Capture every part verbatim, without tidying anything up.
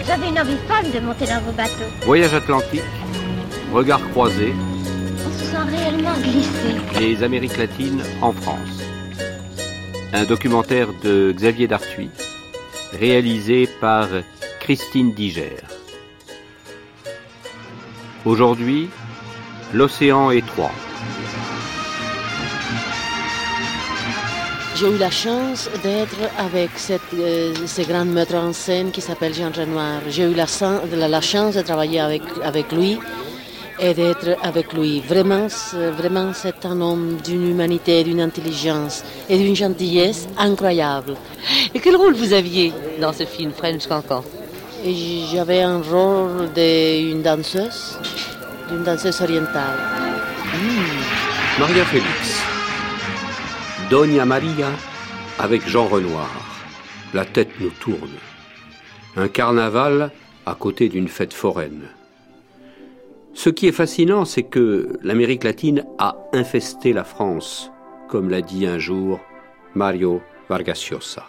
Vous avez une envie folle de monter dans vos bateaux. Voyage atlantique, regards croisés. On se sent réellement glissé. Les Amériques latines en France. Un documentaire de Xavier Dartuis, réalisé par Christine Diger. Aujourd'hui, l'océan étroit. J'ai eu la chance d'être avec cette, euh, ce grand metteur en scène qui s'appelle Jean Renoir. J'ai eu la, la, la chance de travailler avec, avec lui et d'être avec lui. Vraiment, vraiment c'est un homme d'une humanité, d'une intelligence et d'une gentillesse incroyable. Et quel rôle vous aviez dans ce film French Cancan? Et j'avais un rôle d'une danseuse, d'une danseuse orientale. Mmh. Maria Félix. Doña Maria avec Jean Renoir. La tête nous tourne. Un carnaval à côté d'une fête foraine. Ce qui est fascinant, c'est que l'Amérique latine a infesté la France, comme l'a dit un jour Mario Vargas Llosa.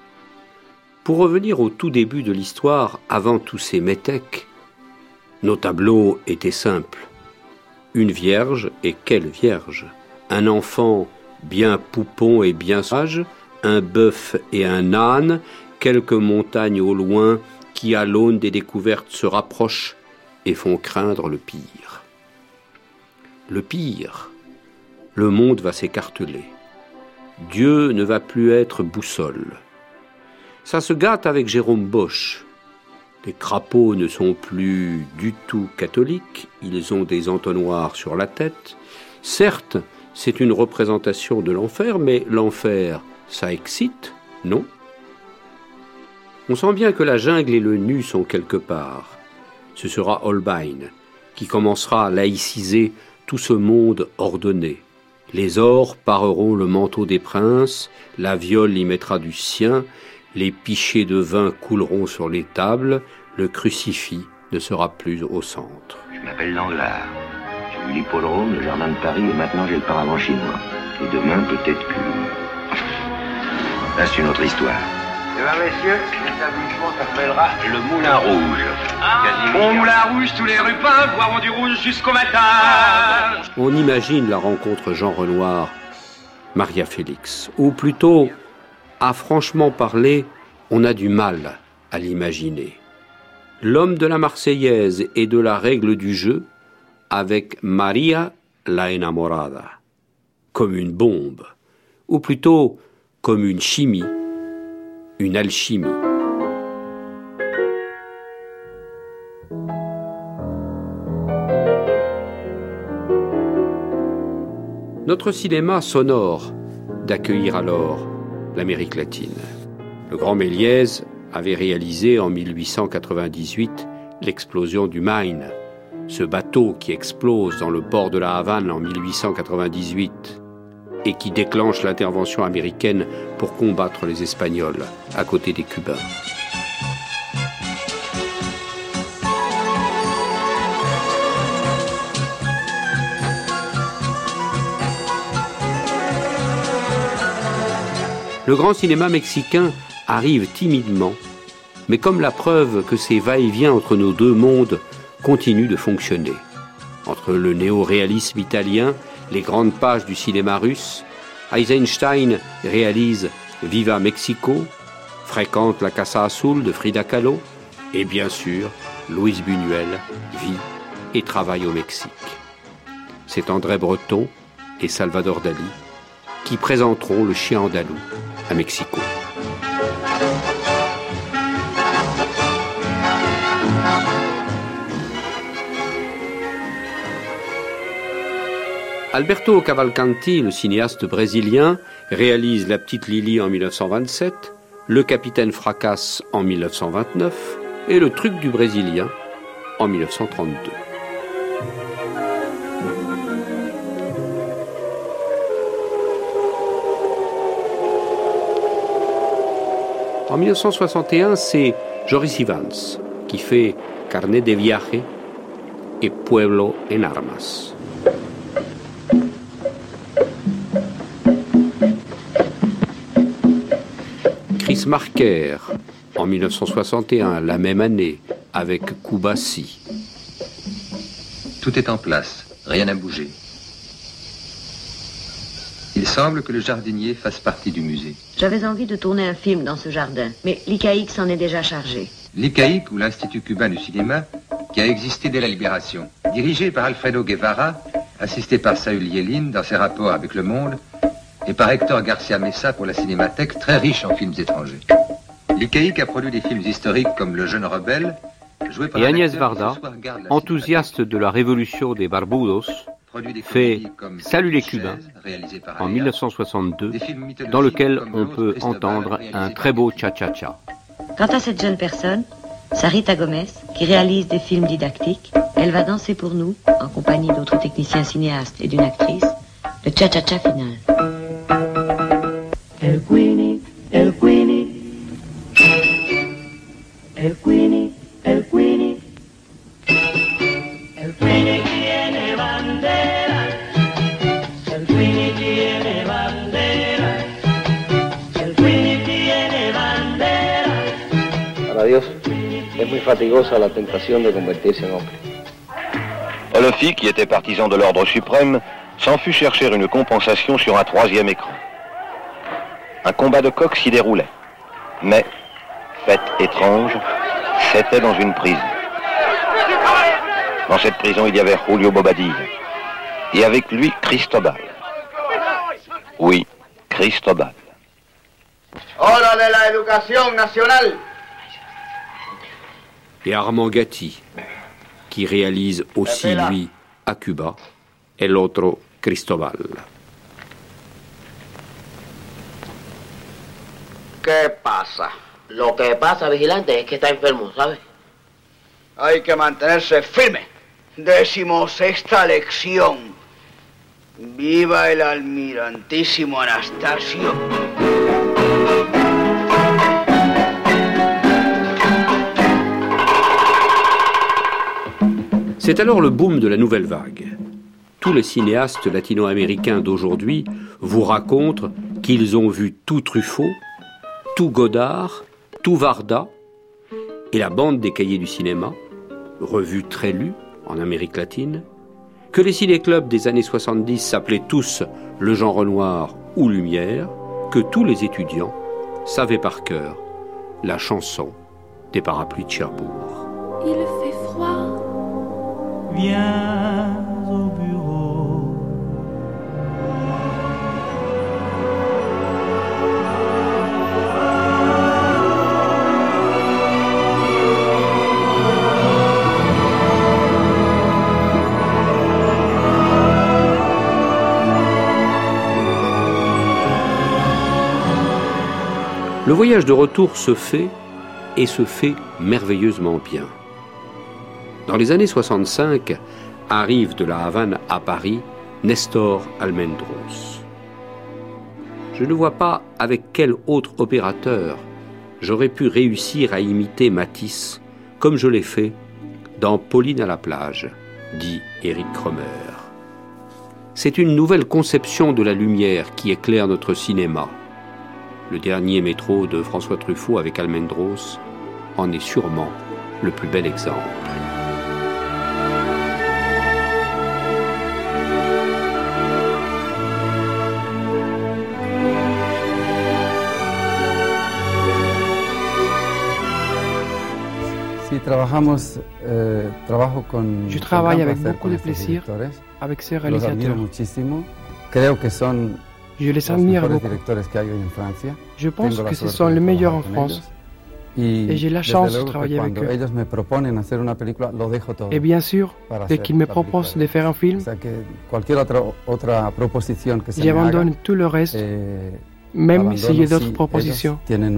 Pour revenir au tout début de l'histoire, avant tous ces métèques, nos tableaux étaient simples. Une vierge, et quelle vierge! Un enfant bien poupon et bien sage, un bœuf et un âne, quelques montagnes au loin qui, à l'aune des découvertes, se rapprochent et font craindre le pire. Le pire, le monde va s'écarteler. Dieu ne va plus être boussole. Ça se gâte avec Jérôme Bosch. Les crapauds ne sont plus du tout catholiques, ils ont des entonnoirs sur la tête. Certes, c'est une représentation de l'enfer, mais l'enfer, ça excite, non? On sent bien que la jungle et le nu sont quelque part. Ce sera Holbein qui commencera à laïciser tout ce monde ordonné. Les ors pareront le manteau des princes, la viole y mettra du sien, les pichets de vin couleront sur les tables, le crucifix ne sera plus au centre. Je m'appelle Danglars. J'ai eu l'hippodrome, le jardin de Paris et maintenant j'ai le paravent chinois. Et demain peut-être que... Là c'est une autre histoire. Eh bien messieurs, l'établissement s'appellera Le Moulin Rouge. Ah, bon Moulin Rouge, tous les rupins boiront du rouge jusqu'au matin. On imagine la rencontre Jean Renoir, Maria Félix. Ou plutôt, à franchement parler, on a du mal à l'imaginer. L'homme de la Marseillaise et de la règle du jeu avec Maria la enamorada, comme une bombe, ou plutôt comme une chimie, une alchimie. Notre cinéma s'honore d'accueillir alors l'Amérique latine. Le grand Méliès avait réalisé en mille huit cent quatre-vingt-dix-huit l'explosion du Maine, ce bateau qui explose dans le port de la Havane en mille huit cent quatre-vingt-dix-huit et qui déclenche l'intervention américaine pour combattre les Espagnols à côté des Cubains. Le grand cinéma mexicain arrive timidement, mais comme la preuve que ces va-et-vient entre nos deux mondes continuent de fonctionner. Entre le néo-réalisme italien, les grandes pages du cinéma russe, Eisenstein réalise Viva Mexico, fréquente la Casa Azul de Frida Kahlo, et bien sûr, Luis Buñuel vit et travaille au Mexique. C'est André Breton et Salvador Dali qui présenteront Le Chien andalou à Mexico. Alberto Cavalcanti, le cinéaste brésilien, réalise La Petite Lily en mille neuf cent vingt-sept, Le Capitaine Fracasse en mille neuf cent vingt-neuf et Le Truc du Brésilien en mille neuf cent trente-deux. En mille neuf cent soixante et un, c'est Joris Ivans qui fait Carnet de Viaje et Pueblo en Armas. Chris Marker, en mille neuf cent soixante et un, la même année, avec Koubassi. Tout est en place, rien n'a bougé. Il semble que le jardinier fasse partie du musée. J'avais envie de tourner un film dans ce jardin, mais l'I K I s'en est déjà chargé. L'I K I, ou l'Institut cubain du cinéma, qui a existé dès la Libération. Dirigé par Alfredo Guevara, assisté par Saül Yelin dans ses rapports avec Le Monde, et par Hector Garcia Mesa pour la Cinémathèque, très riche en films étrangers. L'I K I qui a produit des films historiques comme Le Jeune Rebelle, joué par Et Agnès Varda, enthousiaste de la révolution des Barbudos, fait Salut les Cubains en mille neuf cent soixante-deux, dans lequel on peut entendre un très beau cha-cha-cha. Quant à cette jeune personne, Sarita Gomez, qui réalise des films didactiques, elle va danser pour nous, en compagnie d'autres techniciens cinéastes et d'une actrice, le cha-cha-cha final. El Queenie, El Queenie, El Queenie, El Queenie, El Queenie tiene bandera, El Queenie tiene bandera, El Queenie tiene bandera. Para Dios es muy fatigosa la tentación de convertirse en hombre. Olofi, qui était partisan de l'ordre suprême, s'en fut chercher une compensation sur un troisième écran. Un combat de coq s'y déroulait. Mais, fait étrange, c'était dans une prison. Dans cette prison, il y avait Julio Bobadilla. Et avec lui, Cristobal. Oui, Cristobal. Hora de la educación nacional. Et Armand Gatti, qui réalise aussi, lui, à Cuba, El Otro Cristobal. ¿Qué pasa? Lo que pasa, vigilante, es que está enfermo, ¿sabes? Hay que mantenerse firme. Decimosexta lección. Viva el almirantísimo Anastasio. C'est alors le boom de la nouvelle vague. Tous les cinéastes latino-américains d'aujourd'hui vous racontent qu'ils ont vu tout Truffaut, tout Godard, tout Varda, et la bande des cahiers du cinéma, revue très lue en Amérique latine, que les ciné-clubs des années soixante-dix s'appelaient tous le Jean Renoir ou Lumière, que tous les étudiants savaient par cœur la chanson des parapluies de Cherbourg. Il fait froid. Viens au bureau. Le voyage de retour se fait, et se fait merveilleusement bien. Dans les années soixante-cinq, arrive de la Havane à Paris Nestor Almendros. Je ne vois pas avec quel autre opérateur j'aurais pu réussir à imiter Matisse comme je l'ai fait dans Pauline à la plage, dit Éric Rohmer. C'est une nouvelle conception de la lumière qui éclaire notre cinéma. Le dernier métro de François Truffaut avec Almendros en est sûrement le plus bel exemple. Je travaille avec beaucoup de plaisir avec ces réalisateurs. Je les admire beaucoup. Je pense que ce sont les meilleurs en France. Et j'ai la chance de travailler avec eux. Et bien sûr, dès qu'ils me proposent de faire un film, j'abandonne tout le reste, même si j'ai d'autres propositions.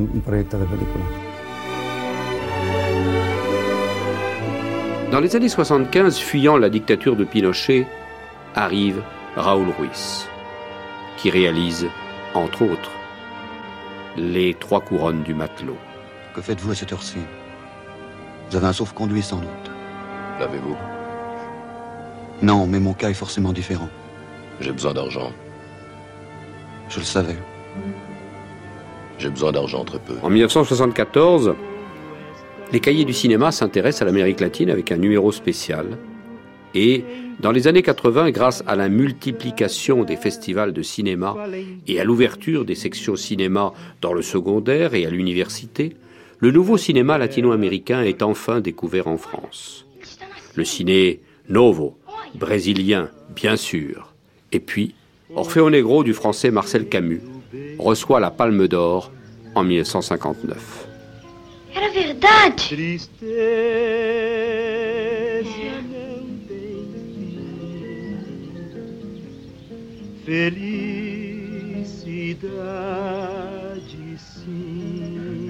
Dans les années soixante-quinze, fuyant la dictature de Pinochet, arrive Raoul Ruiz, qui réalise, entre autres, Les Trois Couronnes du Matelot. Que faites-vous à cette heure-ci? Vous avez un sauf-conduit sans doute. L'avez-vous? Non, mais mon cas est forcément différent. J'ai besoin d'argent. Je le savais. J'ai besoin d'argent très peu. En mille neuf cent soixante-quatorze, Les cahiers du cinéma s'intéressent à l'Amérique latine avec un numéro spécial. Et dans les années quatre-vingts, grâce à la multiplication des festivals de cinéma et à l'ouverture des sections cinéma dans le secondaire et à l'université, le nouveau cinéma latino-américain est enfin découvert en France. Le ciné novo, brésilien, bien sûr. Et puis, Orfeo Negro du français Marcel Camus reçoit la Palme d'Or en mille neuf cent cinquante-neuf. Era verdade! Felicidade, sim.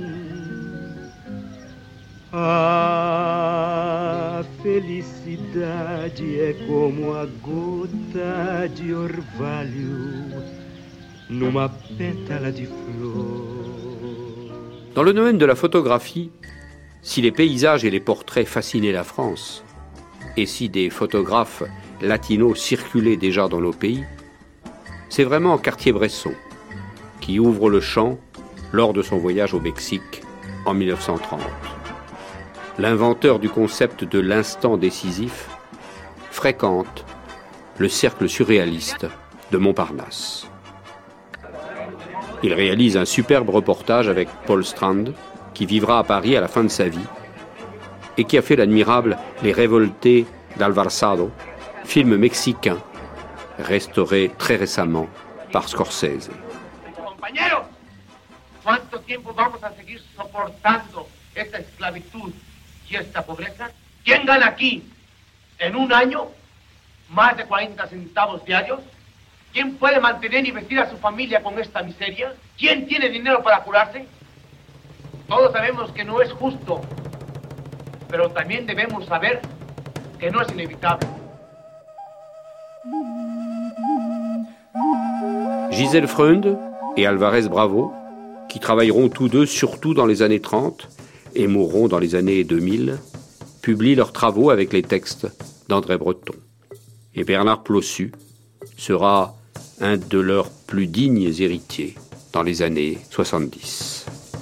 A felicidade é como a gota de orvalho numa pétala de flor. Dans le domaine de la photographie, si les paysages et les portraits fascinaient la France, et si des photographes latinos circulaient déjà dans nos pays, c'est vraiment Cartier-Bresson qui ouvre le champ lors de son voyage au Mexique en mille neuf cent trente. L'inventeur du concept de l'instant décisif fréquente le cercle surréaliste de Montparnasse. Il réalise un superbe reportage avec Paul Strand, qui vivra à Paris à la fin de sa vie, et qui a fait l'admirable Les Révoltés d'Alvarado, film mexicain restauré très récemment par Scorsese. Compañeros, ¿cuánto tiempo vamos a seguir soportando esta esclavitud y esta pobreza? ¿Quién gana aquí en un año más de cuarenta centavos diarios? ¿Quién puede mantener y vestir a su familia con esta miseria? ¿Quién tiene dinero para curarse? Todos sabemos que no es justo, pero también debemos saber que no es inevitable. Gisèle Freund et Alvarez Bravo, qui travailleront tous deux surtout dans les années trente et mourront dans les années deux mille, publient leurs travaux avec les textes d'André Breton. Et Bernard Plossu sera un de leurs plus dignes héritiers dans les années soixante-dix.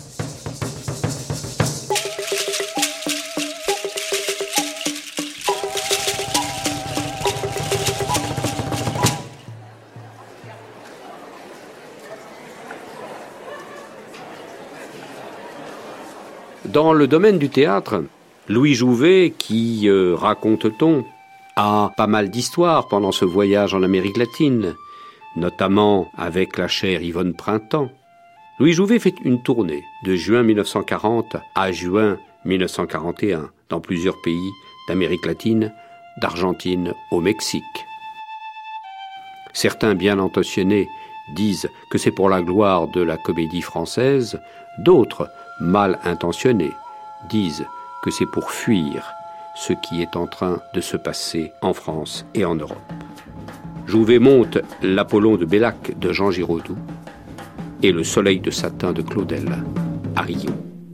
Dans le domaine du théâtre, Louis Jouvet, qui, euh, raconte-t-on, a pas mal d'histoires pendant ce voyage en Amérique latine, notamment avec la chère Yvonne Printemps. Louis Jouvet fait une tournée de juin mille neuf cent quarante à juin mille neuf cent quarante et un dans plusieurs pays d'Amérique latine, d'Argentine au Mexique. Certains bien intentionnés disent que c'est pour la gloire de la comédie française, d'autres, mal intentionnés, disent que c'est pour fuir ce qui est en train de se passer en France et en Europe. Jouvet monte l'Apollon de Bellac de Jean Giraudoux et le Soleil de satin de Claudel à Rio.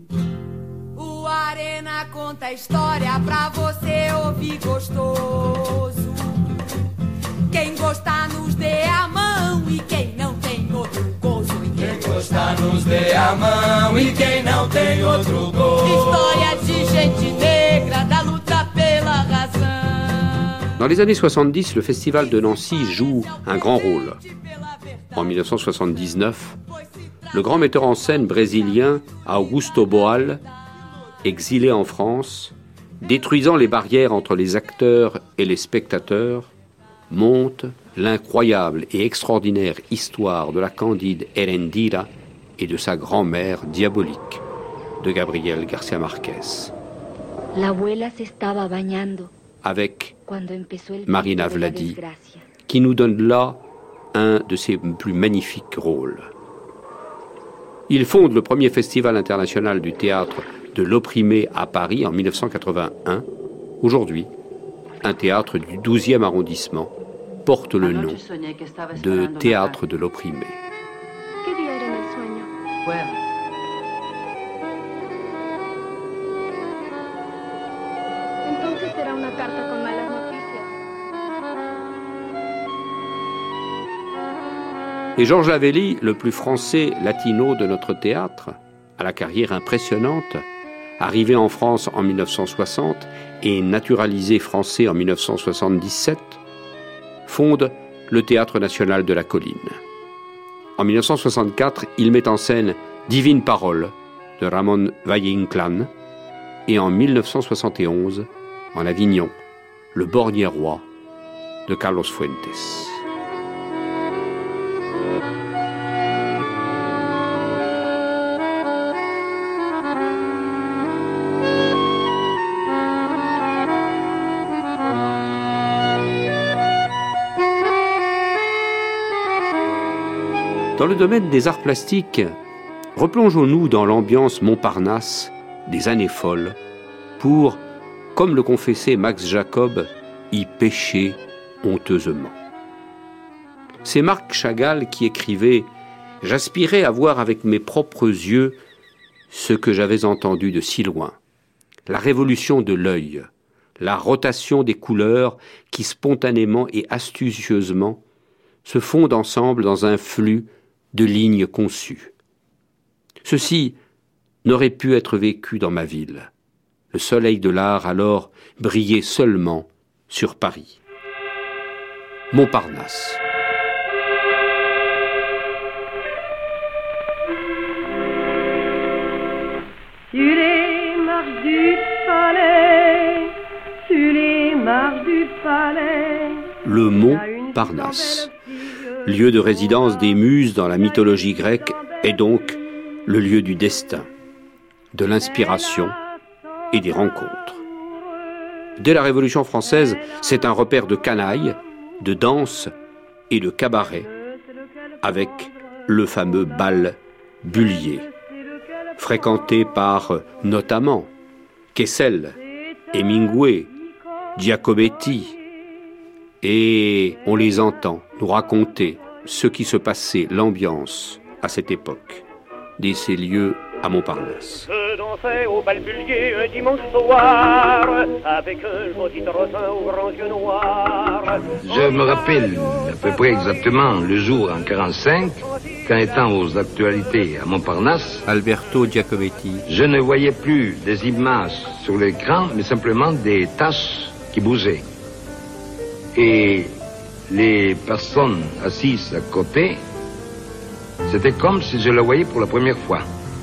O Arena conta a história pra você ouvir gostoso. Quem gostar nos dê a mão e quem não tem outro gozo. Quem gostar nos dê a mão e quem não tem outro gozo. História de gente negra da luta pela razão. Dans les années soixante-dix, le Festival de Nancy joue un grand rôle. En mille neuf cent soixante-dix-neuf, le grand metteur en scène brésilien Augusto Boal, exilé en France, détruisant les barrières entre les acteurs et les spectateurs, monte l'incroyable et extraordinaire histoire de la candide Erendira et de sa grand-mère diabolique, de Gabriel García Márquez. La abuela se estaba bañando. Avec Marina Vladi, qui nous donne là un de ses plus magnifiques rôles. Il fonde le premier festival international du théâtre de l'opprimé à Paris en mille neuf cent quatre-vingt-un. Aujourd'hui, un théâtre du douzième arrondissement porte le nom de Théâtre de l'opprimé. Et Georges Lavelli, le plus français latino de notre théâtre, à la carrière impressionnante, arrivé en France en mille neuf cent soixante et naturalisé français en mille neuf cent soixante-dix-sept, fonde le Théâtre national de la Colline. En mille neuf cent soixante-quatre, il met en scène Divine Parole de Ramón Valle-Inclán et en mille neuf cent soixante et onze, en Avignon, Le Bornier Roi de Carlos Fuentes. Dans le domaine des arts plastiques, replongeons-nous dans l'ambiance Montparnasse des années folles pour, comme le confessait Max Jacob, y pécher honteusement. C'est Marc Chagall qui écrivait « J'aspirais à voir avec mes propres yeux ce que j'avais entendu de si loin, la révolution de l'œil, la rotation des couleurs qui spontanément et astucieusement se fondent ensemble dans un flux de lignes conçues. Ceci n'aurait pu être vécu dans ma ville. Le soleil de l'art alors brillait seulement sur Paris. » Montparnasse. Sur les marches du palais, sur les marches du palais. Le mont Parnasse, lieu de résidence des muses dans la mythologie grecque, est donc le lieu du destin, de l'inspiration et des rencontres. Dès la Révolution française, c'est un repère de canaille, de danse et de cabaret, avec le fameux bal Bullier, fréquenté par notamment Kessel, Hemingway, Giacometti, et on les entend nous raconter ce qui se passait, l'ambiance à cette époque, dès ces lieux à Montparnasse. Je dansais au bal Bullier un dimanche soir, avec un joli trottin aux grands yeux noirs. Je me rappelle à peu près exactement le jour en quarante-cinq, qu'en étant aux actualités à Montparnasse, Alberto Giacometti, je ne voyais plus des images sur l'écran, mais simplement des taches qui bougeaient. Et les personnes assises à côté, c'était comme si je la voyais pour la première fois.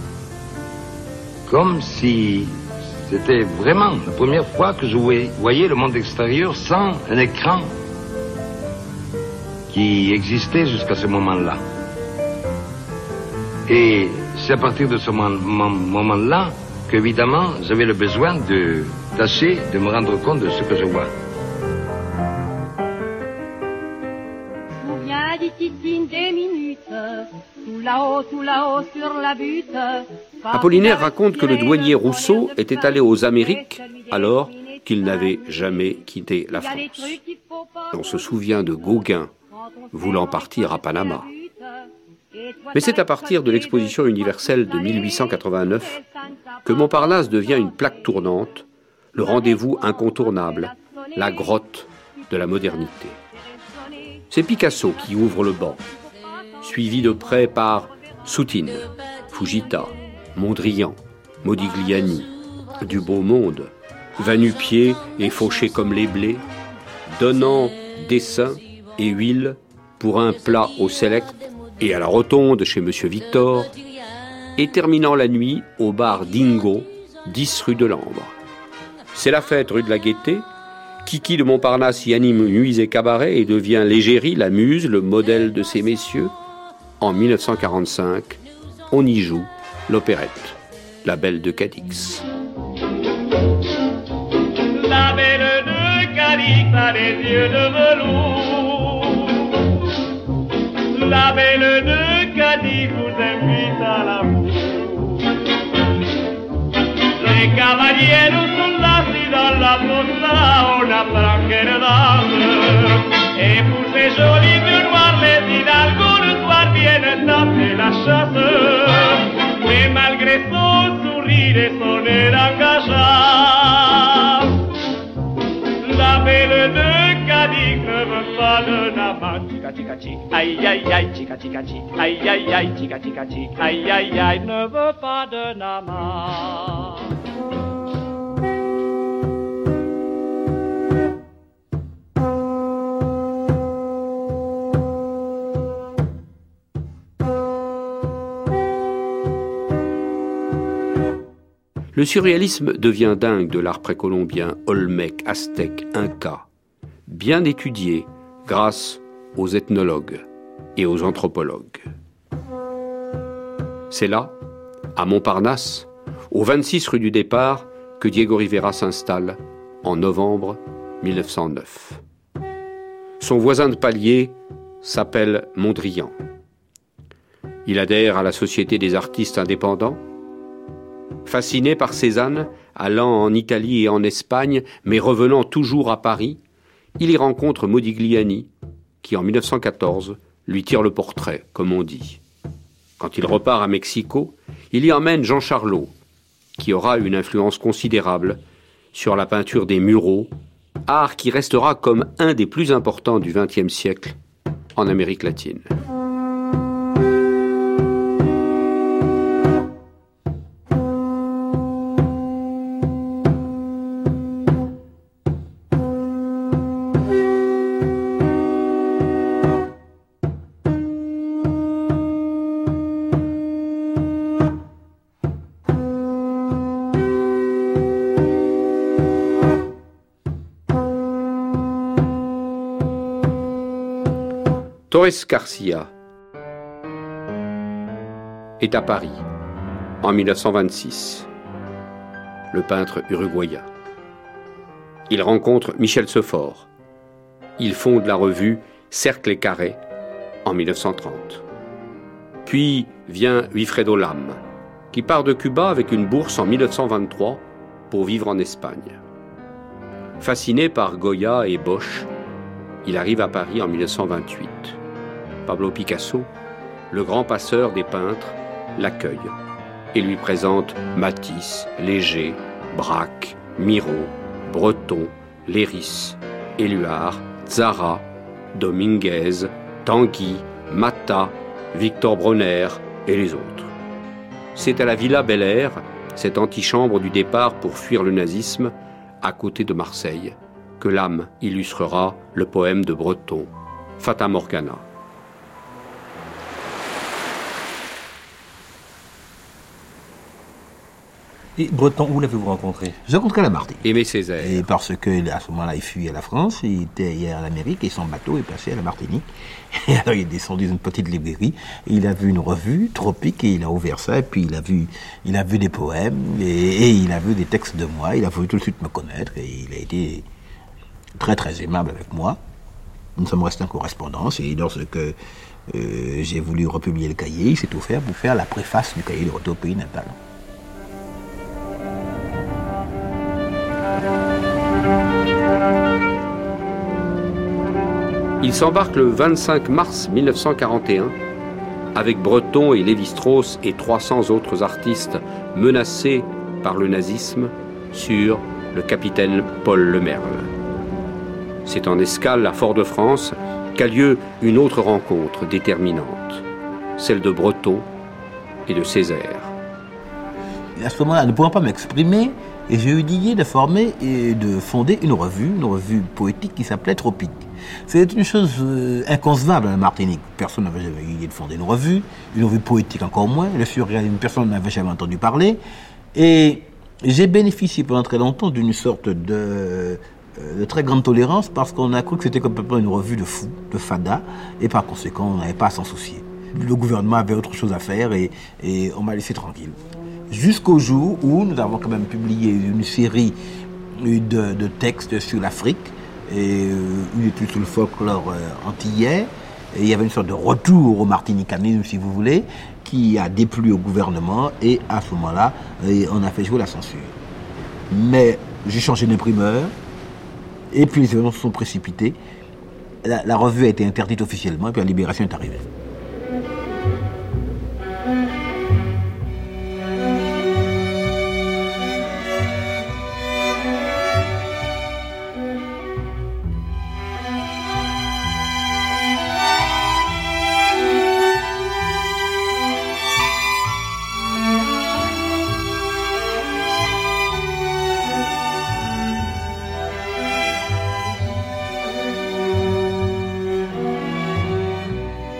Comme si c'était vraiment la première fois que je voyais le monde extérieur sans un écran qui existait jusqu'à ce moment-là. Et c'est à partir de ce moment-là qu'évidemment j'avais le besoin de tâcher de me rendre compte de ce que je vois. Apollinaire raconte que le douanier Rousseau était allé aux Amériques alors qu'il n'avait jamais quitté la France. On se souvient de Gauguin voulant partir à Panama. Mais c'est à partir de l'exposition universelle de mille huit cent quatre-vingt-neuf que Montparnasse devient une plaque tournante, le rendez-vous incontournable, la grotte de la modernité. C'est Picasso qui ouvre le banc, suivi de près par Soutine, Fujita, Mondrian, Modigliani, du beau monde, va-nu-pieds et fauché comme les blés, donnant dessin et huile pour un plat au Select et à la Rotonde chez Monsieur Victor, et terminant la nuit au bar Dingo, dix rue de Lambre. C'est la fête rue de la Gaîté. Kiki de Montparnasse y anime nuits et cabarets et devient l'égérie, la muse, le modèle de ces messieurs. En mille neuf cent quarante-cinq, on y joue l'opérette, La Belle de Cadix. La Belle de Cadix a les yeux de velours. La Belle de Cadix vous invite à l'amour. Les cavaliers nous sont assis dans la fossa, on apprend quelle dame. Et pour ces jolis yeux noirs, les hidalgos le soir viennent taper la chasse. Mais malgré son sourire et son air engageant, la Belle de Cadix ne veut pas d'un amant. Aïe aïe aïe, chica chica chic, aïe aïe aïe, chica chica chic, aïe aïe aïe, ne veut pas d'un amant. Le surréalisme devient dingue de l'art précolombien, olmèque, aztèque, inca, bien étudié grâce aux ethnologues et aux anthropologues. C'est là, à Montparnasse, au vingt-six rue du Départ, que Diego Rivera s'installe en novembre mille neuf cent neuf. Son voisin de palier s'appelle Mondrian. Il adhère à la Société des artistes indépendants. Fasciné par Cézanne, allant en Italie et en Espagne, mais revenant toujours à Paris, il y rencontre Modigliani, qui en mille neuf cent quatorze lui tire le portrait, comme on dit. Quand il repart à Mexico, il y emmène Jean Charlot, qui aura une influence considérable sur la peinture des muraux, art qui restera comme un des plus importants du vingtième siècle en Amérique latine. Torres Garcia est à Paris en mille neuf cent vingt-six, le peintre uruguayen. Il rencontre Michel Seuphor. Il fonde la revue Cercle et Carré en mille neuf cent trente. Puis vient Wilfredo Lam, qui part de Cuba avec une bourse en mille neuf cent vingt-trois pour vivre en Espagne. Fasciné par Goya et Bosch, il arrive à Paris en mille neuf cent vingt-huit. Pablo Picasso, le grand passeur des peintres, l'accueille et lui présente Matisse, Léger, Braque, Miro, Breton, Léris, Éluard, Zara, Dominguez, Tanguy, Matta, Victor Bronner et les autres. C'est à la Villa Bel Air, cette antichambre du départ pour fuir le nazisme, à côté de Marseille, que Lam illustrera le poème de Breton, Fata Morgana. Et Breton, où l'avez-vous rencontré? Je l'ai rencontré à la Martinique. Aimé Césaire. Et parce que à ce moment-là, il fuit à la France, il était hier en Amérique et son bateau est passé à la Martinique. Et alors il est descendu dans une petite librairie, et il a vu une revue, Tropique, et il a ouvert ça, et puis il a vu, il a vu des poèmes, et, et il a vu des textes de moi, il a voulu tout de suite me connaître, et il a été très très aimable avec moi. Nous sommes restés en correspondance, et lorsque euh, j'ai voulu republier le cahier, il s'est offert pour faire la préface du cahier de Retour au pays natal. Il s'embarque le vingt-cinq mars mille neuf cent quarante et un avec Breton et Lévi-Strauss et trois cents autres artistes menacés par le nazisme sur le capitaine Paul Lemerle. C'est en escale à Fort-de-France qu'a lieu une autre rencontre déterminante, celle de Breton et de Césaire. Et à ce moment-là, ne pouvant pas m'exprimer, j'ai eu l'idée de former et de fonder une revue, une revue poétique qui s'appelait Tropique. C'est une chose euh, inconcevable à la Martinique. Personne n'avait jamais eu l'idée de fonder une revue, une revue poétique encore moins. Le surréalisme, personne n'avait jamais entendu parler. Et j'ai bénéficié pendant très longtemps d'une sorte de, de très grande tolérance parce qu'on a cru que c'était complètement une revue de fous, de fada, et par conséquent, on n'avait pas à s'en soucier. Le gouvernement avait autre chose à faire et, et on m'a laissé tranquille. Jusqu'au jour où nous avons quand même publié une série de, de textes sur l'Afrique, et euh, une étude sur le folklore euh, antillais. Et il y avait une sorte de retour au martinicanisme, si vous voulez, qui a déplu au gouvernement, et à ce moment-là, euh, on a fait jouer la censure. Mais j'ai changé d'imprimeur, et puis les événements se sont précipités. La, la revue a été interdite officiellement, et puis la Libération est arrivée.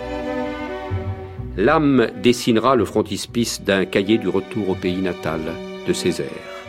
Lam dessinera le frontispice d'un cahier du retour au pays natal de Césaire.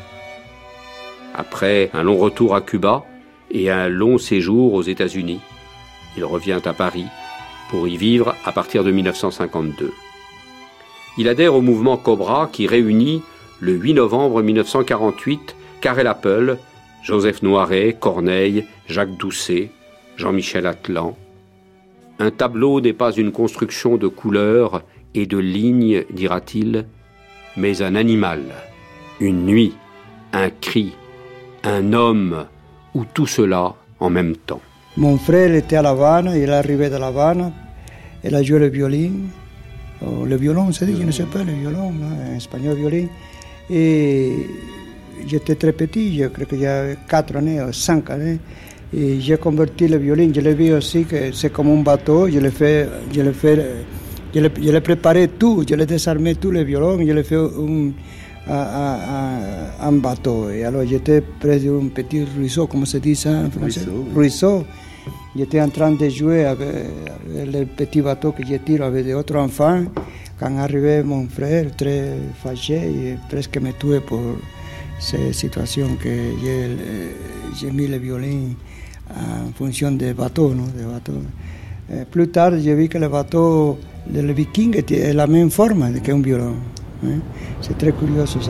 Après un long retour à Cuba et un long séjour aux États-Unis, il revient à Paris pour y vivre à partir de mille neuf cent cinquante-deux. Il adhère au mouvement Cobra qui réunit le huit novembre mille neuf cent quarante-huit Karel Appel, Joseph Noiret, Corneille, Jacques Doucet, Jean-Michel Atlan. Un tableau n'est pas une construction de couleurs et de lignes, dira-t-il, mais un animal, une nuit, un cri, un homme, ou tout cela en même temps. Mon frère était à La Havane, il est arrivé de La Havane, il a joué le violon, oh, le violon, c'est dit, je ne sais pas, le violon, en espagnol, violon. Et j'étais très petit, je crois qu'il y a quatre années ou cinq années, et j'ai converti le violon, je l'ai vu aussi que c'est comme un bateau, je l'ai fait, je l'ai fait, je l'ai, je l'ai préparé tout, je l'ai désarmé tous les violons, je l'ai fait un, un, un bateau. Et alors j'étais près d'un petit ruisseau, comment se dit ça en français? Ruisseau. Ruisseau. J'étais en train de jouer avec, avec le petit bateau que je tire avec d'autres enfants. Quand arrivait mon frère, très fâché, et presque me tuait pour cette situation que j'ai, j'ai mis le violon en fonction des bateaux. Non, des bateaux. Et plus tard, j'ai vu que le bateau, le viking, était la même forme qu'un violon. Hein? C'est très curieux ça.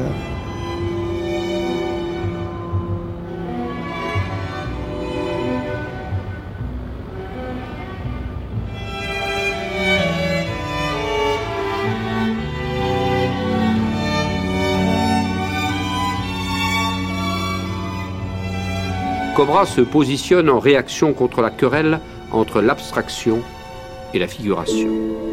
Cobra se positionne en réaction contre la querelle entre l'abstraction et la figuration.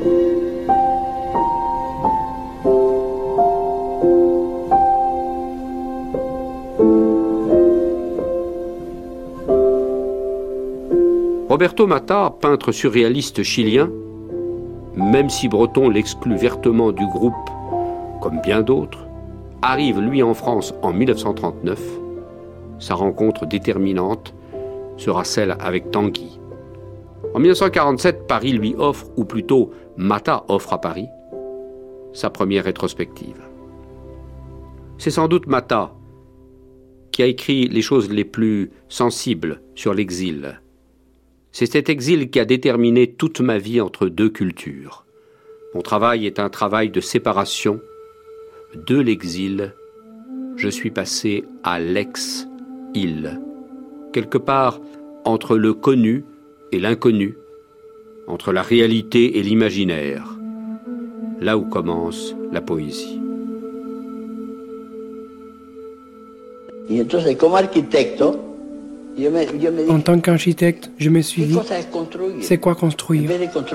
Roberto Matta, peintre surréaliste chilien, même si Breton l'exclut vertement du groupe, comme bien d'autres, arrive lui en France en mille neuf cent trente-neuf. Sa rencontre déterminante sera celle avec Tanguy. En mille neuf cent quarante-sept, Paris lui offre, ou plutôt Matta offre à Paris, sa première rétrospective. C'est sans doute Matta qui a écrit les choses les plus sensibles sur l'exil. C'est cet exil qui a déterminé toute ma vie entre deux cultures. Mon travail est un travail de séparation. De l'exil, je suis passé à l'ex-île, quelque part entre le connu et l'inconnu, entre la réalité et l'imaginaire, là où commence la poésie. Y entonces, como arquitecto, en tant qu'architecte, je me suis dit, c'est quoi construire?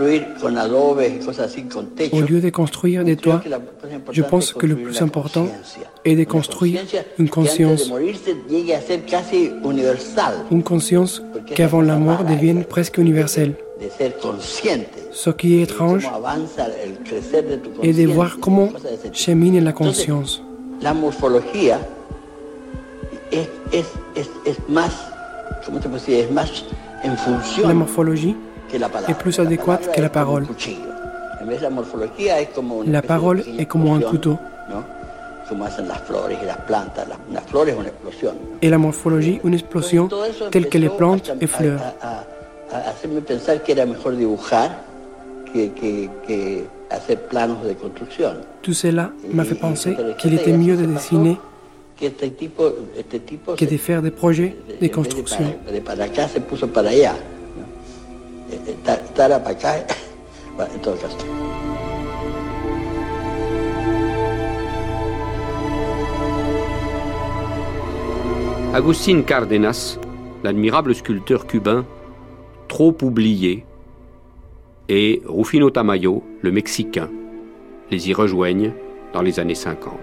Au lieu de construire des toits, je pense que le plus important est de construire une conscience. Une conscience qui, avant la mort, devienne presque universelle. Ce qui est étrange est de voir comment chemine la conscience. La morphologie est, est, est, est más La morphologie est plus adéquate que la parole. La parole est comme un couteau. Et la morphologie, une explosion telle que les plantes et fleurs. Tout cela m'a fait penser qu'il était mieux de dessiner que de faire des projets de construction. Agustín Cárdenas, l'admirable sculpteur cubain, trop oublié, et Rufino Tamayo, le Mexicain, les y rejoignent dans les années cinquante.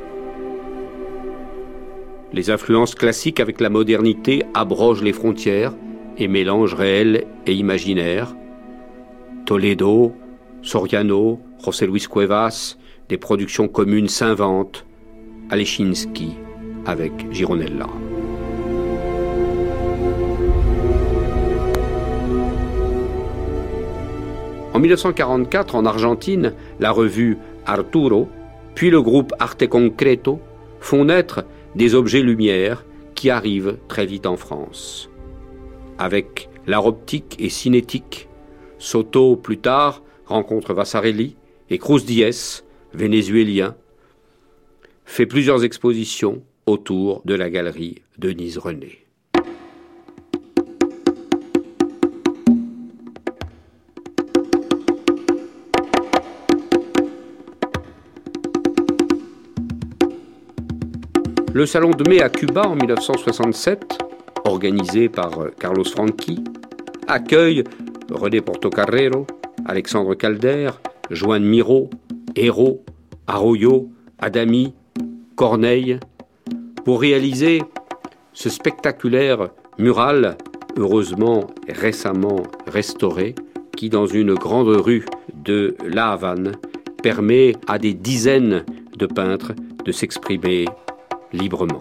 Les influences classiques avec la modernité abrogent les frontières et mélangent réel et imaginaire. Toledo, Soriano, José Luis Cuevas, des productions communes s'inventent. Alechinsky avec Gironella. En mille neuf cent quarante-quatre, en Argentine, la revue Arturo, puis le groupe Arte Concreto, font naître des objets lumière qui arrivent très vite en France. Avec l'art optique et cinétique, Soto, plus tard, rencontre Vasarely et Cruz Diez, vénézuélien, fait plusieurs expositions autour de la galerie Denise René. Le Salon de mai à Cuba en mille neuf cent soixante-sept, organisé par Carlos Franchi, accueille René Portocarrero, Alexandre Calder, Joan Miró, Hérault, Arroyo, Adami, Corneille, pour réaliser ce spectaculaire mural, heureusement récemment restauré, qui dans une grande rue de La Havane permet à des dizaines de peintres de s'exprimer librement.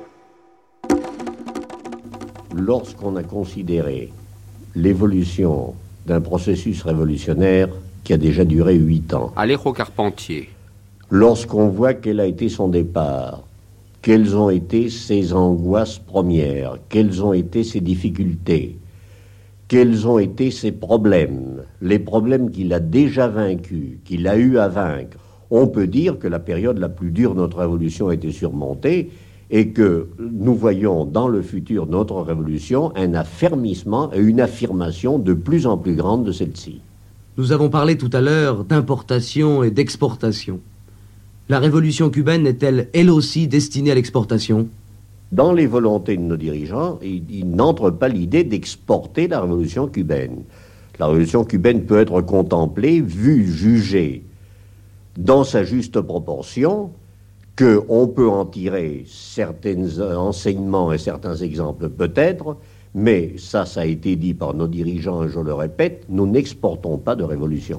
Lorsqu'on a considéré l'évolution d'un processus révolutionnaire qui a déjà duré huit ans, Alejo Carpentier, lorsqu'on voit quel a été son départ, quelles ont été ses angoisses premières, quelles ont été ses difficultés, quels ont été ses problèmes, les problèmes qu'il a déjà vaincus, qu'il a eu à vaincre, on peut dire que la période la plus dure de notre révolution a été surmontée et que nous voyons dans le futur de notre révolution un affermissement et une affirmation de plus en plus grande de celle-ci. Nous avons parlé tout à l'heure d'importation et d'exportation. La révolution cubaine est-elle, elle aussi, destinée à l'exportation ? Dans les volontés de nos dirigeants, il, il n'entre pas l'idée d'exporter la révolution cubaine. La révolution cubaine peut être contemplée, vue, jugée dans sa juste proportion, qu'on peut en tirer certains enseignements et certains exemples peut-être, mais ça, ça a été dit par nos dirigeants et je le répète, nous n'exportons pas de révolution.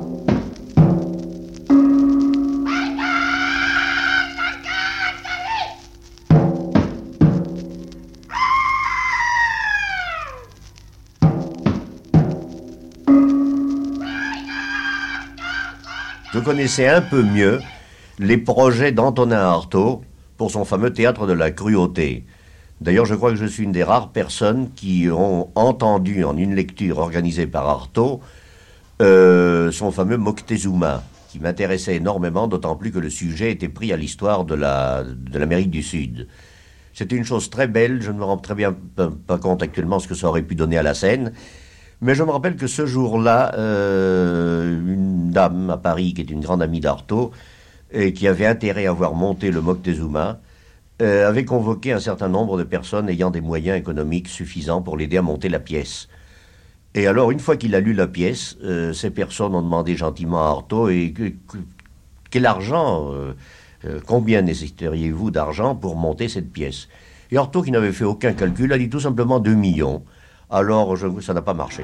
Je connaissais un peu mieux les projets d'Antonin Artaud pour son fameux théâtre de la cruauté. D'ailleurs, je crois que je suis une des rares personnes qui ont entendu en une lecture organisée par Artaud euh, son fameux Moctezuma, qui m'intéressait énormément, d'autant plus que le sujet était pris à l'histoire de la, de l'Amérique du Sud. C'était une chose très belle, je ne me rends très bien pas, pas compte actuellement ce que ça aurait pu donner à la scène, mais je me rappelle que ce jour-là, euh, une dame à Paris, qui est une grande amie d'Artaud, et qui avait intérêt à voir monter le Moctezuma, euh, avait convoqué un certain nombre de personnes ayant des moyens économiques suffisants pour l'aider à monter la pièce. Et alors, une fois qu'il a lu la pièce, euh, ces personnes ont demandé gentiment à Artaud, et que, que, quel argent, euh, euh, combien nécessiteriez-vous d'argent pour monter cette pièce ? Et Artaud, qui n'avait fait aucun calcul, a dit tout simplement deux millions. Alors, je, ça n'a pas marché.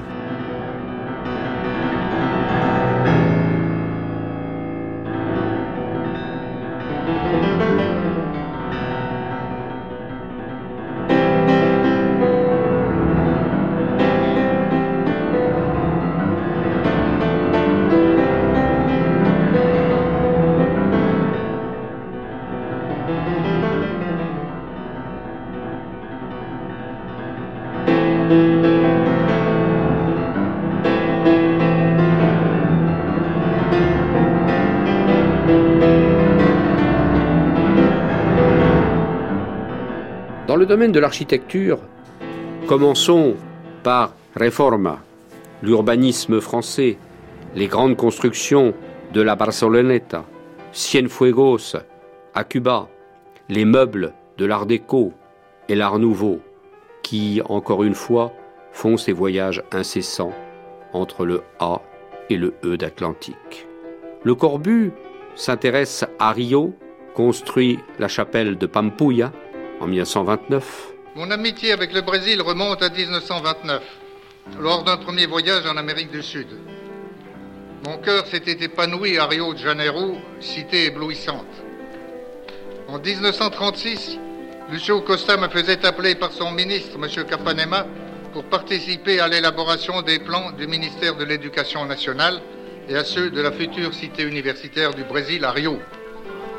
Dans le domaine de l'architecture, commençons par Reforma, l'urbanisme français, les grandes constructions de la Barceloneta, Cienfuegos à Cuba, les meubles de l'Art déco et l'Art nouveau, qui, encore une fois, font ces voyages incessants entre le A et le E d'Atlantique. Le Corbu s'intéresse à Rio, construit la chapelle de Pampuya en mille neuf cent vingt-neuf. Mon amitié avec le Brésil remonte à mille neuf cent vingt-neuf, lors d'un premier voyage en Amérique du Sud. Mon cœur s'était épanoui à Rio de Janeiro, cité éblouissante. En mille neuf cent trente-six, Lucio Costa me faisait appeler par son ministre, M. Capanema, pour participer à l'élaboration des plans du ministère de l'Éducation nationale et à ceux de la future cité universitaire du Brésil à Rio.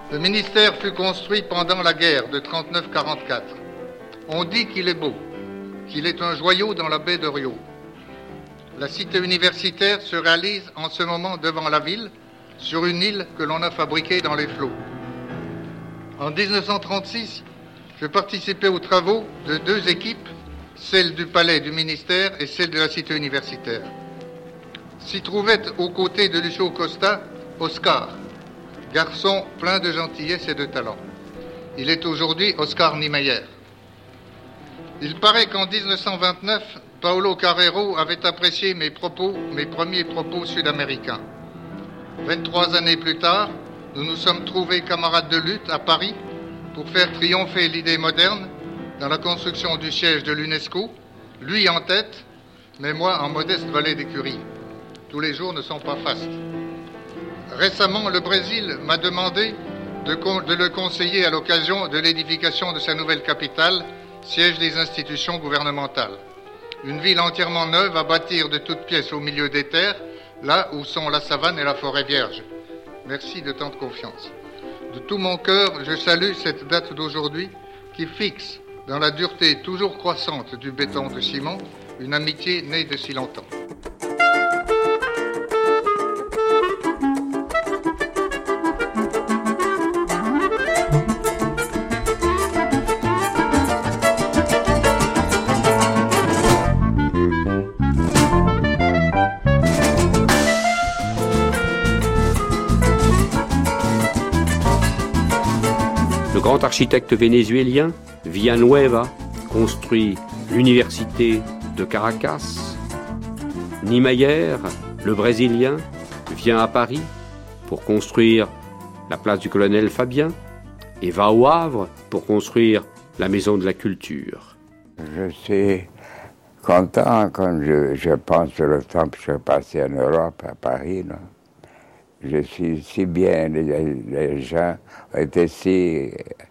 Le ministère fut construit pendant la guerre de trente-neuf quarante-quatre. On dit qu'il est beau, qu'il est un joyau dans la baie de Rio. La cité universitaire se réalise en ce moment devant la ville, sur une île que l'on a fabriquée dans les flots. En dix-neuf cent trente-six, je participais aux travaux de deux équipes, celle du palais du ministère et celle de la cité universitaire. S'y trouvait aux côtés de Lucio Costa, Oscar, garçon plein de gentillesse et de talent. Il est aujourd'hui Oscar Niemeyer. Il paraît qu'en dix-neuf cent vingt-neuf, Paulo Carrero avait apprécié mes propos, mes premiers propos sud-américains. vingt-trois années plus tard, nous nous sommes trouvés camarades de lutte à Paris pour faire triompher l'idée moderne dans la construction du siège de l'UNESCO, lui en tête, mais moi en modeste valet d'écurie. Tous les jours ne sont pas fastes. Récemment, le Brésil m'a demandé de, de le conseiller à l'occasion de l'édification de sa nouvelle capitale, siège des institutions gouvernementales. Une ville entièrement neuve à bâtir de toutes pièces au milieu des terres, là où sont la savane et la forêt vierge. Merci de tant de confiance. De tout mon cœur, je salue cette date d'aujourd'hui qui fixe, dans la dureté toujours croissante du béton de ciment, une amitié née de si longtemps. Le grand architecte vénézuélien, Villanueva, construit l'université de Caracas. Niemeyer, le Brésilien, vient à Paris pour construire la place du colonel Fabien et va au Havre pour construire la maison de la culture. Je suis content quand je, je pense sur le temps que je suis passé en Europe, à Paris. Là. Je suis si bien, les, les gens ont été si,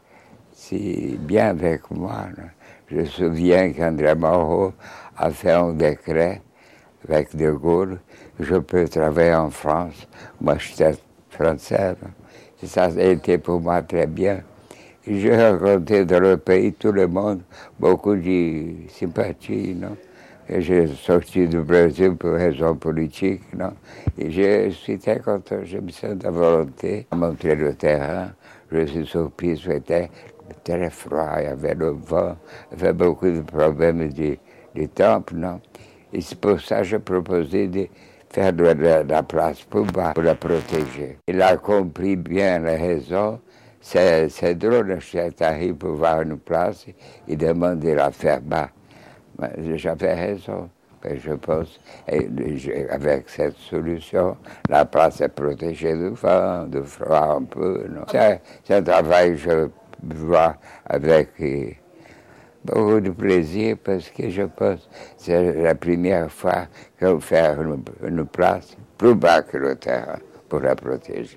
si bien avec moi. Là. Je me souviens qu'André Malraux a fait un décret avec De Gaulle, je peux travailler en France. Moi, j'étais français. Là. Et ça a été pour moi très bien. J'ai rencontré dans le pays, tout le monde, beaucoup de sympathie. Non? Et j'ai sorti du Brésil pour raisons politiques. Non? Et je suis très content, je me sens de volonté à montrer le terrain. Je suis surpris, c'était très froid, il y avait le vent, il y avait beaucoup de problèmes du, du temple. Non? Et c'est pour ça que j'ai proposé de faire de la, de la place plus bas pour la protéger. Il a compris bien les raisons. C'est, c'est drôle, j'arrive pour voir une place et demander la faire bas. Mais j'avais raison, je pense. Et avec cette solution, la place est protégée du vent, du froid un peu. Non? C'est, c'est un travail que je vois avec beaucoup de plaisir parce que je pense que c'est la première fois qu'on fait une, une place plus bas que le terrain pour la protéger.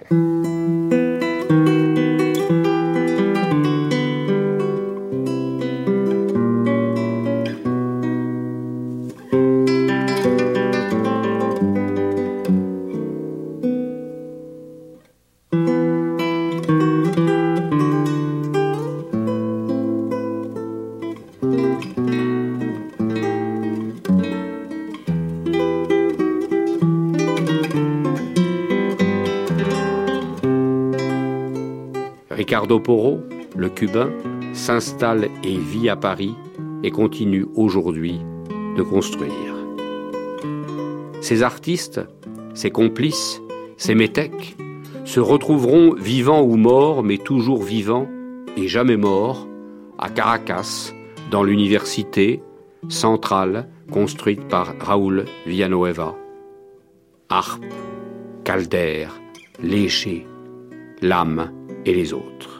Ricardo Porro, le Cubain, s'installe et vit à Paris et continue aujourd'hui de construire. Ces artistes, ces complices, ces métèques se retrouveront vivants ou morts, mais toujours vivants et jamais morts, à Caracas, dans l'université centrale construite par Raúl Villanueva. Harpe, Calder, Léger, Lame et les autres.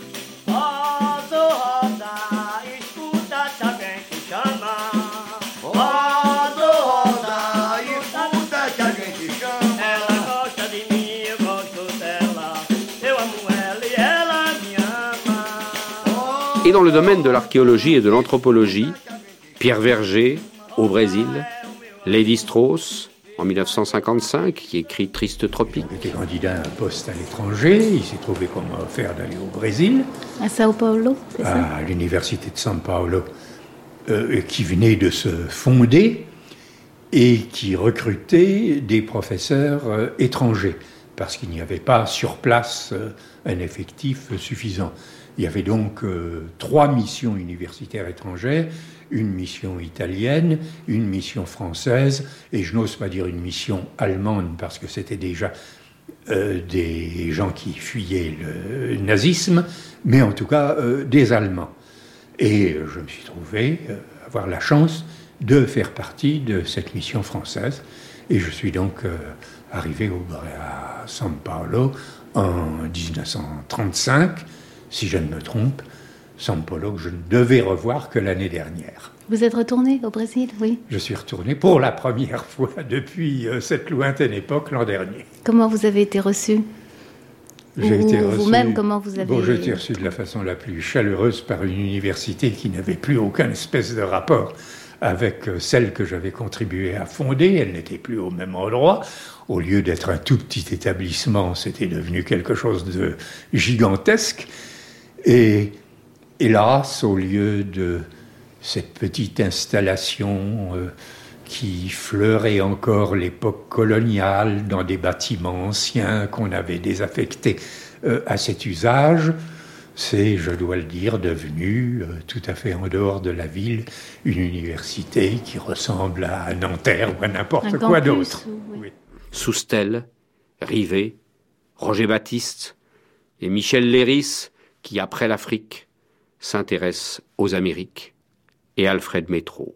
Et dans le domaine de l'archéologie et de l'anthropologie, Pierre Verger au Brésil, Lévi-Strauss, en mille neuf cent cinquante-cinq, qui écrit Triste Tropique. Il était candidat à un poste à l'étranger, il s'est trouvé qu'on m'a offert d'aller au Brésil. À Sao Paulo, c'est ça? À l'université de São Paulo, euh, qui venait de se fonder et qui recrutait des professeurs euh, étrangers, parce qu'il n'y avait pas sur place euh, un effectif suffisant. Il y avait donc euh, trois missions universitaires étrangères, une mission italienne, une mission française, et je n'ose pas dire une mission allemande, parce que c'était déjà euh, des gens qui fuyaient le nazisme, mais en tout cas euh, des Allemands. Et euh, je me suis trouvé euh, avoir la chance de faire partie de cette mission française, et je suis donc euh, arrivé au, à São Paulo en dix-neuf cent trente-cinq, si je ne me trompe, São Paulo que je ne devais revoir que l'année dernière. Vous êtes retourné au Brésil, oui? Je suis retourné pour la première fois depuis euh, cette lointaine époque l'an dernier. Comment vous avez été reçu? J'ai Ou été reçu. Vous-même, comment vous avez... Bon, j'ai été reçu de la façon la plus chaleureuse par une université qui n'avait plus aucun espèce de rapport avec celle que j'avais contribué à fonder. Elle n'était plus au même endroit. Au lieu d'être un tout petit établissement, c'était devenu quelque chose de gigantesque. Et hélas, au lieu de cette petite installation euh, qui fleurait encore l'époque coloniale dans des bâtiments anciens qu'on avait désaffectés euh, à cet usage, c'est, je dois le dire, devenu, euh, tout à fait en dehors de la ville, une université qui ressemble à Nanterre ou à n'importe quoi d'autre. Oui. Oui. Soustelle, Rivet, Roger Baptiste et Michel Léris, qui, après l'Afrique, s'intéresse aux Amériques, et Alfred Métraux.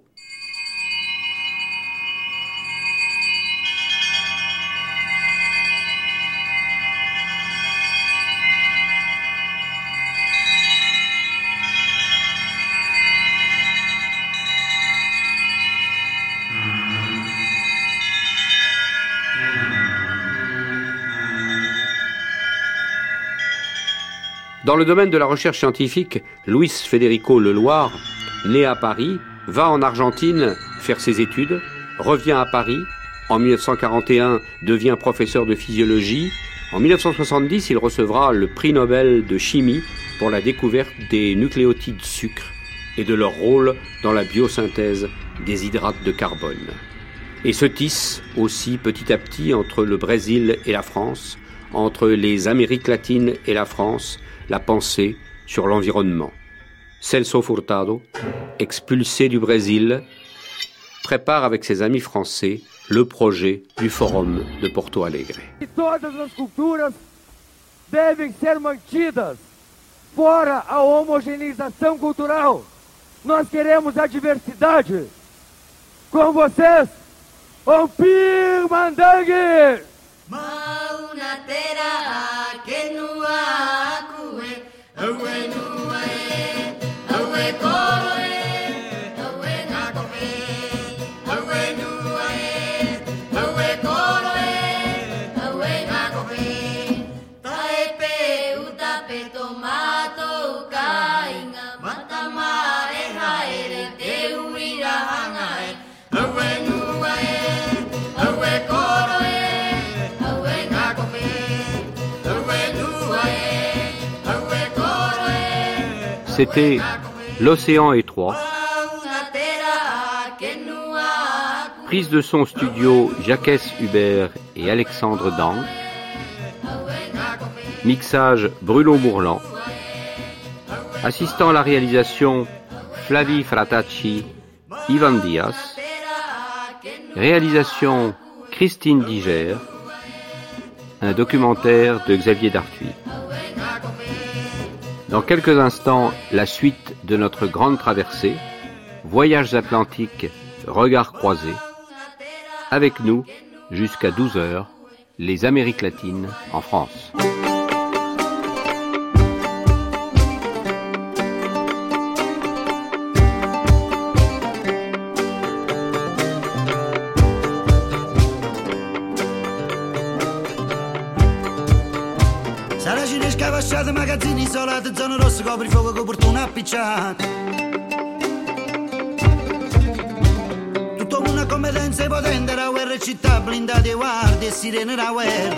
Dans le domaine de la recherche scientifique, Luis Federico Leloir, né à Paris, va en Argentine faire ses études, revient à Paris, en mille neuf cent quarante et un devient professeur de physiologie, en mille neuf cent soixante-dix il recevra le prix Nobel de chimie pour la découverte des nucléotides sucre et de leur rôle dans la biosynthèse des hydrates de carbone. Et se tisse aussi petit à petit entre le Brésil et la France, entre les Amériques latines et la France, la pensée sur l'environnement. Celso Furtado, expulsé du Brésil, prépare avec ses amis français le projet du Forum de Porto Alegre. Todas as culturas devem ser mantidas, fora a homogeneização cultural. Nós queremos a diversidade. Com vocês, Ompir Mandangue! Mauna tera que nua akue, awe nua e, awe koro e, awe nakope, awe nua e, awe koro e, awe nakope. Taepe utape tomato kainga, matama e haere te uira hanga e, awe nua e, awe koro e. C'était L'Océan étroit. Prise de son studio Jacques Hubert et Alexandre Dang. Mixage Bruno Mourlan. Assistant à la réalisation Flavie Fratacci, Ivan Diaz. Réalisation Christine Diger. Un documentaire de Xavier Dartuy. Dans quelques instants, la suite de notre grande traversée, Voyages atlantiques, regards croisés. Avec nous, jusqu'à douze heures, les Amériques latines en France. Scavasciate magazzini isolati, zone rosse, coprifuoco, copertone appicciato. Tutto un una competenza potente, la guerra città, blindate guardie e sirene da guerra.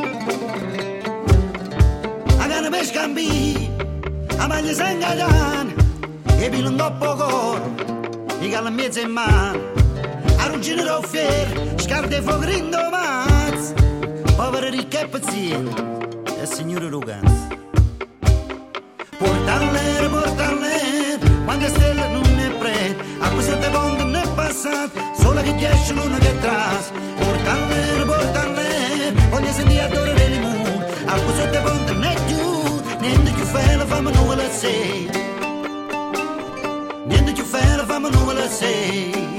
A cane per scambi, a maglia sangatana, e pilo un dopo coro, i calli in mezzo in mano, a ruggine roffiere, scarpe fuoco rindo mazzo, povero ricco e paziente, e il signore Ruganz. Portallere, portallere, quante stelle non è prete, a questo te ponte non è passato, solo che esce l'una che tras. Portallere, portallere, voglio sentire adorare le mura, a questo te ponte non è più, niente più fela, fammi nulla sei. Niente più fela, fammi nulla sei.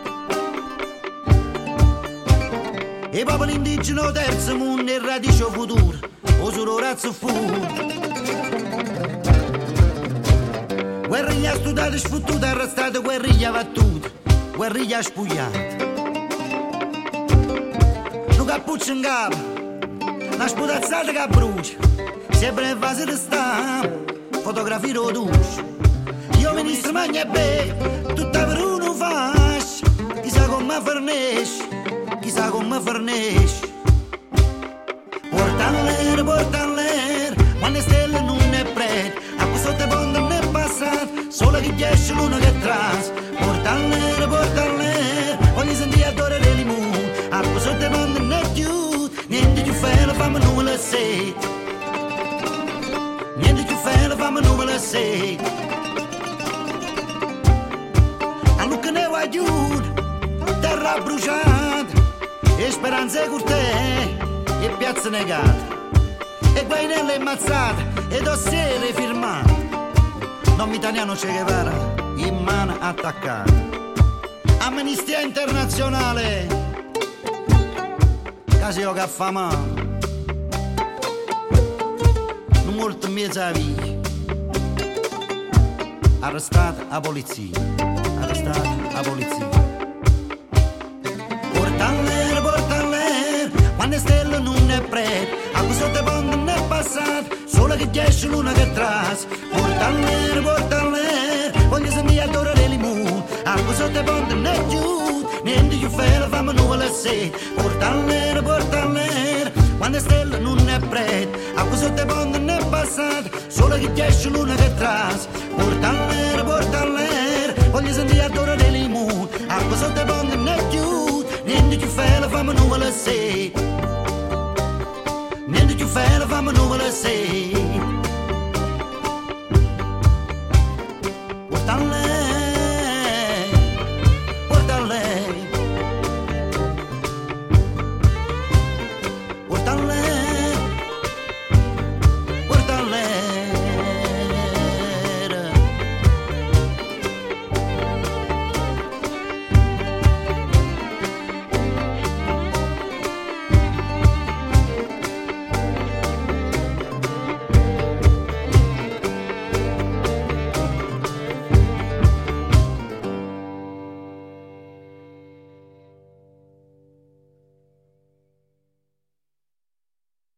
E i popoli indigeni o terzo mondo e radice futuro, o solo razzo fu. Guerriglia studata, sfottuta, arrestata, guerriglia battuta, guerriglia spugliata. Un cappuccio in capo, una sputazzata che brucia, sempre in fase di stampa, fotografie roduce. Io ministro magna e beve, tutta per uno fascia, chissà come fornisce, chissà come fornisce. Portallere, portallere, quando stelle non è prete, a questo te ponte non è passato, solo che esce l'uno che tras. Portallere, portallere, voglio sentire adorare le mura, a questo te ponte non è più, niente più fela, fammi nulla sei. Niente più fela, fammi nulla sei. A Lucca ne va giù, terra bruciata, e speranze curte, e piazza negata, e guainelle ammazzate, e dossiere firmate, nome italiano Che Guevara, in mano attaccata. Amnistia internazionale, casio che fa male, non molto in mezzo a via, arrestata a polizia, arrestata a polizia. Portallere, portallere, quando stelle non è prete, a questo te ponte non è passato, solo che esce l'una che tras. Portallere, portallere, voglio sentire adorare le mura, a questo te ponte non è più, niente più fela, fammi nulla sei. Portallere, portallere, quando stelle non è prete, a questo te ponte non è passato, solo che esce l'una che tras. Portallere, portallere, voglio sentire adorare le mura, a questo te ponte non è più, niente più fela, fammi nulla sei. Niente più fela, fammi nulla sei.